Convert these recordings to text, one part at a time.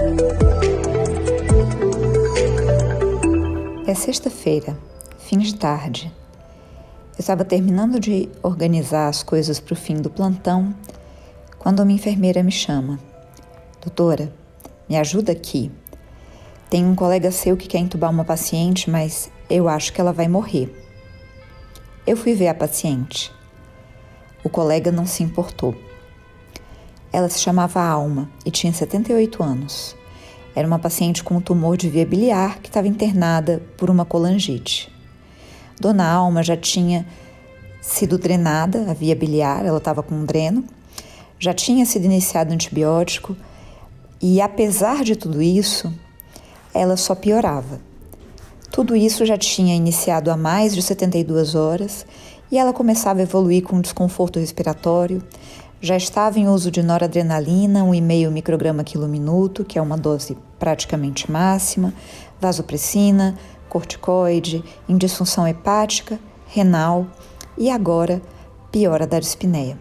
É sexta-feira, fim de tarde. Eu estava terminando de organizar as coisas para o fim do plantão quando uma enfermeira me chama. Doutora, me ajuda aqui. Tem um colega seu que quer entubar uma paciente, mas eu acho que ela vai morrer. Eu fui ver a paciente. O colega não se importou. Ela se chamava Alma e tinha 78 anos. Era uma paciente com um tumor de via biliar que estava internada por uma colangite. Dona Alma já tinha sido drenada a via biliar, ela estava com um dreno, já tinha sido iniciado antibiótico e, apesar de tudo isso, ela só piorava. Tudo isso já tinha iniciado há mais de 72 horas e ela começava a evoluir com desconforto respiratório. Já estava em uso de noradrenalina, 1,5 micrograma quilo minuto, que é uma dose praticamente máxima, vasopressina, corticoide, em disfunção hepática, renal e agora piora da dispneia.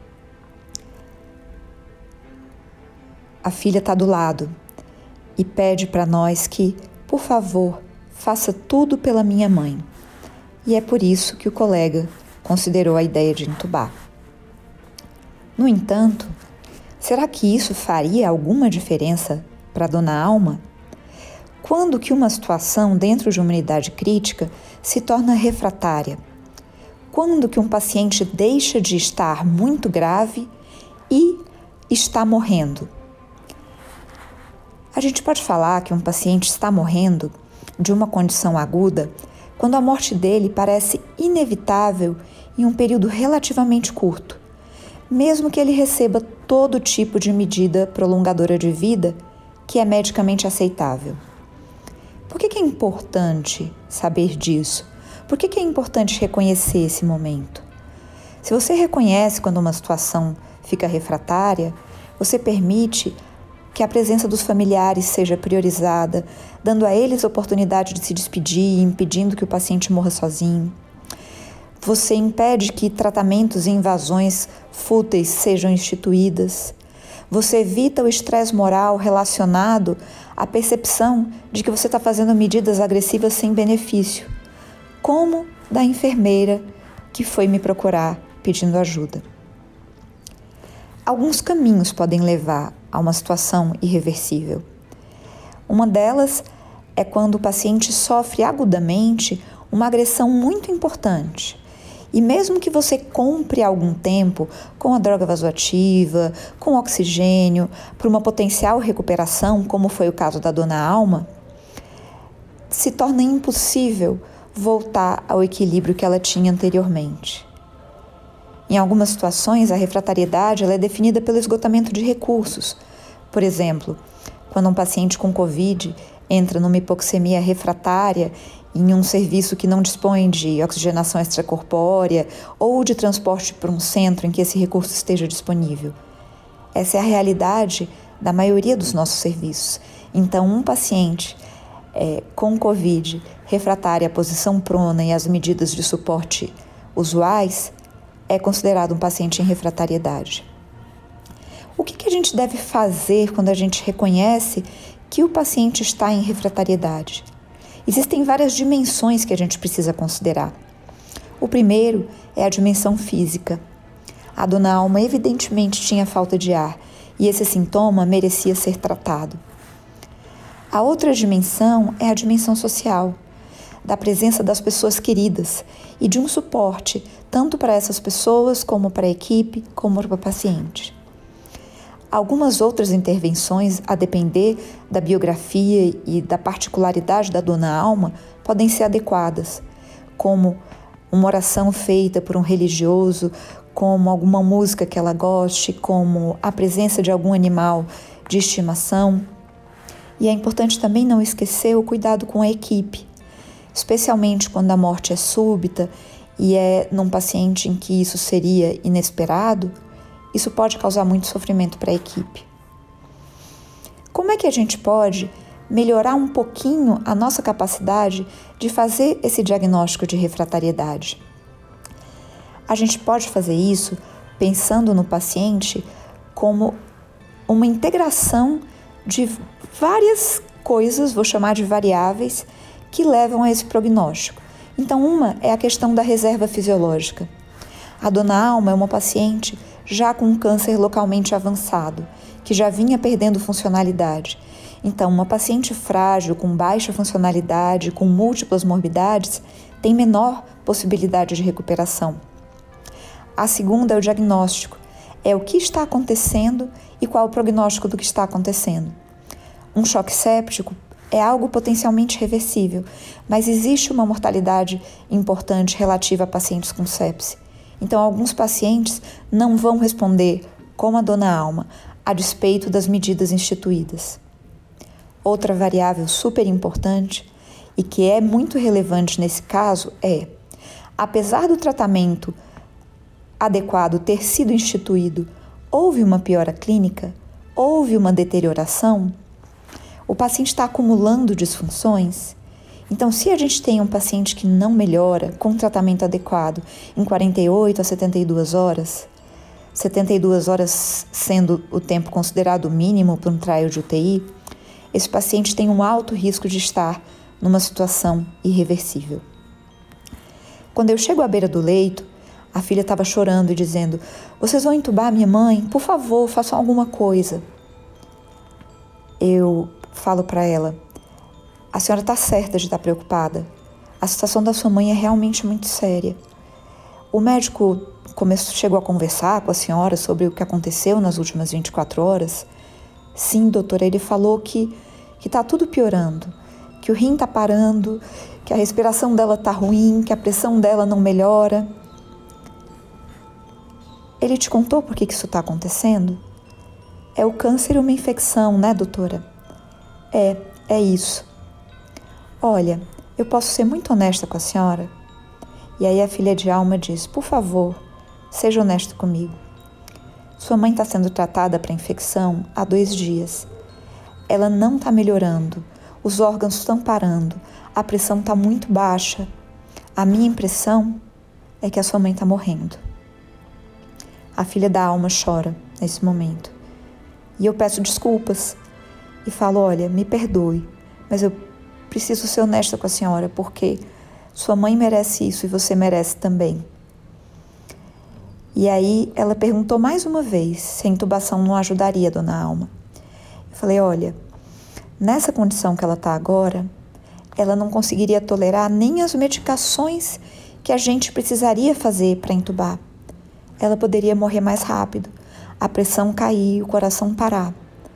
A filha está do lado e pede para nós que, por favor, faça tudo pela minha mãe. E é por isso que o colega considerou a ideia de entubar. No entanto, será que isso faria alguma diferença para Dona Alma? Quando que uma situação dentro de uma unidade crítica se torna refratária? Quando que um paciente deixa de estar muito grave e está morrendo? A gente pode falar que um paciente está morrendo de uma condição aguda quando a morte dele parece inevitável em um período relativamente curto, mesmo que ele receba todo tipo de medida prolongadora de vida que é medicamente aceitável. Por que é importante saber disso? Por que é importante reconhecer esse momento? Se você reconhece quando uma situação fica refratária, você permite que a presença dos familiares seja priorizada, dando a eles a oportunidade de se despedir e impedindo que o paciente morra sozinho. Você impede que tratamentos e invasões fúteis sejam instituídas. Você evita o estresse moral relacionado à percepção de que você está fazendo medidas agressivas sem benefício, como da enfermeira que foi me procurar pedindo ajuda. Alguns caminhos podem levar a uma situação irreversível. Uma delas é quando o paciente sofre agudamente uma agressão muito importante. E mesmo que você compre algum tempo com a droga vasoativa, com oxigênio, para uma potencial recuperação, como foi o caso da Dona Alma, se torna impossível voltar ao equilíbrio que ela tinha anteriormente. Em algumas situações, a refratariedade ela é definida pelo esgotamento de recursos. Por exemplo, quando um paciente com Covid entra numa hipoxemia refratária em um serviço que não dispõe de oxigenação extracorpórea ou de transporte para um centro em que esse recurso esteja disponível. Essa é a realidade da maioria dos nossos serviços. Então, um paciente com Covid refratário à posição prona e às medidas de suporte usuais é considerado um paciente em refratariedade. O que a gente deve fazer quando a gente reconhece que o paciente está em refratariedade? Existem várias dimensões que a gente precisa considerar. O primeiro é a dimensão física. A Dona Alma evidentemente tinha falta de ar e esse sintoma merecia ser tratado. A outra dimensão é a dimensão social, da presença das pessoas queridas e de um suporte tanto para essas pessoas como para a equipe, como para o paciente. Algumas outras intervenções, a depender da biografia e da particularidade da Dona Alma, podem ser adequadas, como uma oração feita por um religioso, como alguma música que ela goste, como a presença de algum animal de estimação. E é importante também não esquecer o cuidado com a equipe, especialmente quando a morte é súbita e é num paciente em que isso seria inesperado. Isso pode causar muito sofrimento para a equipe. Como é que a gente pode melhorar um pouquinho a nossa capacidade de fazer esse diagnóstico de refratariedade? A gente pode fazer isso pensando no paciente como uma integração de várias coisas, vou chamar de variáveis, que levam a esse prognóstico. Então, uma é a questão da reserva fisiológica. A dona Alma é uma paciente já com um câncer localmente avançado, que já vinha perdendo funcionalidade. Então, uma paciente frágil, com baixa funcionalidade, com múltiplas morbidades, tem menor possibilidade de recuperação. A segunda é o diagnóstico. É o que está acontecendo e qual o prognóstico do que está acontecendo. Um choque séptico é algo potencialmente reversível, mas existe uma mortalidade importante relativa a pacientes com sepse. Então, alguns pacientes não vão responder como a dona Alma, a despeito das medidas instituídas. Outra variável super importante e que é muito relevante nesse caso é, apesar do tratamento adequado ter sido instituído, houve uma piora clínica, houve uma deterioração, o paciente está acumulando disfunções. Então, se a gente tem um paciente que não melhora com tratamento adequado em 48 a 72 horas, 72 horas sendo o tempo considerado mínimo para um trial de UTI, esse paciente tem um alto risco de estar numa situação irreversível. Quando eu chego à beira do leito, a filha estava chorando e dizendo: "Vocês vão entubar minha mãe? Por favor, façam alguma coisa." Eu falo para ela: "A senhora está certa de estar preocupada. A situação da sua mãe é realmente muito séria. O médico chegou a conversar com a senhora sobre o que aconteceu nas últimas 24 horas? Sim, doutora, ele falou que está tudo piorando, que o rim está parando, que a respiração dela está ruim, que a pressão dela não melhora." Ele te contou por que isso está acontecendo? É o câncer e uma infecção, né, doutora? É isso. Olha, eu posso ser muito honesta com a senhora? E aí a filha de Alma diz: "Por favor, seja honesta comigo. Sua mãe está sendo tratada para infecção há 2 dias. Ela não está melhorando, os órgãos estão parando, a pressão está muito baixa. A minha impressão é que a sua mãe está morrendo." A filha da Alma chora nesse momento. E eu peço desculpas e falo: "Olha, me perdoe, mas eu preciso ser honesta com a senhora, porque sua mãe merece isso e você merece também." E aí ela perguntou mais uma vez se a intubação não ajudaria a dona Alma. Eu falei: "Olha, nessa condição que ela está agora, ela não conseguiria tolerar nem as medicações que a gente precisaria fazer para intubar. Ela poderia morrer mais rápido, a pressão cair, o coração parar."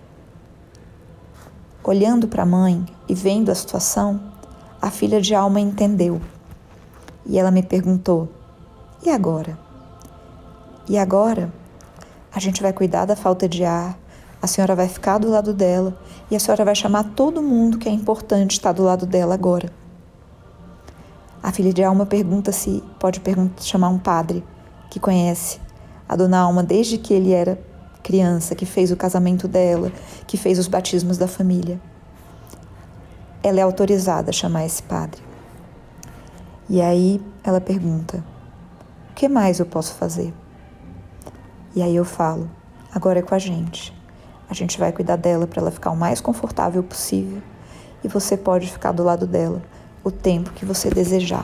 Olhando para a mãe e vendo a situação, a filha de Alma entendeu. E ela me perguntou: "E agora?" "E agora, a gente vai cuidar da falta de ar, a senhora vai ficar do lado dela e a senhora vai chamar todo mundo que é importante estar do lado dela agora." A filha de Alma pergunta se pode chamar um padre que conhece a dona Alma desde que ele era criança, que fez o casamento dela, que fez os batismos da família. Ela é autorizada a chamar esse padre. E aí ela pergunta: "O que mais eu posso fazer?" E aí eu falo: "Agora é com a gente. A gente vai cuidar dela para ela ficar o mais confortável possível e você pode ficar do lado dela o tempo que você desejar."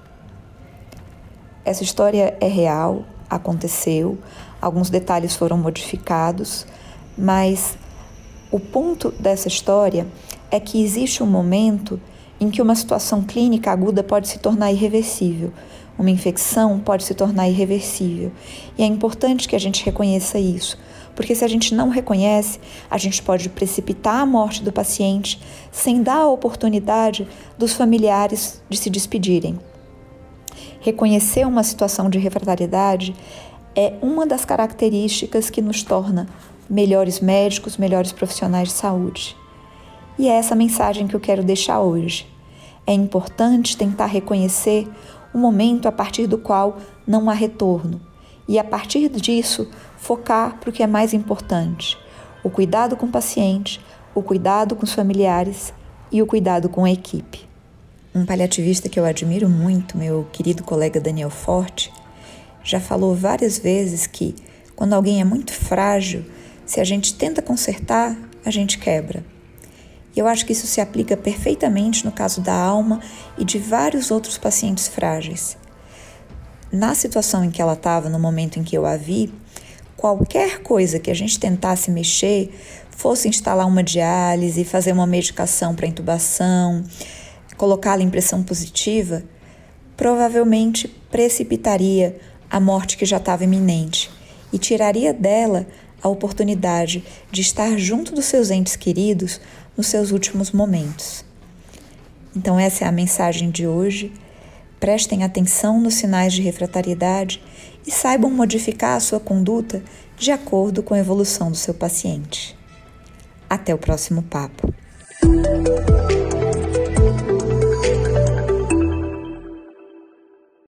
Essa história é real, aconteceu, alguns detalhes foram modificados, mas o ponto dessa história é que existe um momento em que uma situação clínica aguda pode se tornar irreversível, uma infecção pode se tornar irreversível. E é importante que a gente reconheça isso, porque se a gente não reconhece, a gente pode precipitar a morte do paciente sem dar a oportunidade dos familiares de se despedirem. Reconhecer uma situação de refratariedade é uma das características que nos torna melhores médicos, melhores profissionais de saúde. E é essa mensagem que eu quero deixar hoje. É importante tentar reconhecer o momento a partir do qual não há retorno e, a partir disso, focar para o que é mais importante: o cuidado com o paciente, o cuidado com os familiares e o cuidado com a equipe. Um paliativista que eu admiro muito, meu querido colega Daniel Forte, já falou várias vezes que, quando alguém é muito frágil, se a gente tenta consertar, a gente quebra. E eu acho que isso se aplica perfeitamente no caso da Alma e de vários outros pacientes frágeis. Na situação em que ela estava, no momento em que eu a vi, qualquer coisa que a gente tentasse mexer, fosse instalar uma diálise, fazer uma medicação para intubação, colocá-la em pressão positiva, provavelmente precipitaria a morte que já estava iminente e tiraria dela a oportunidade de estar junto dos seus entes queridos nos seus últimos momentos. Então essa é a mensagem de hoje. Prestem atenção nos sinais de refratariedade e saibam modificar a sua conduta de acordo com a evolução do seu paciente. Até o próximo papo.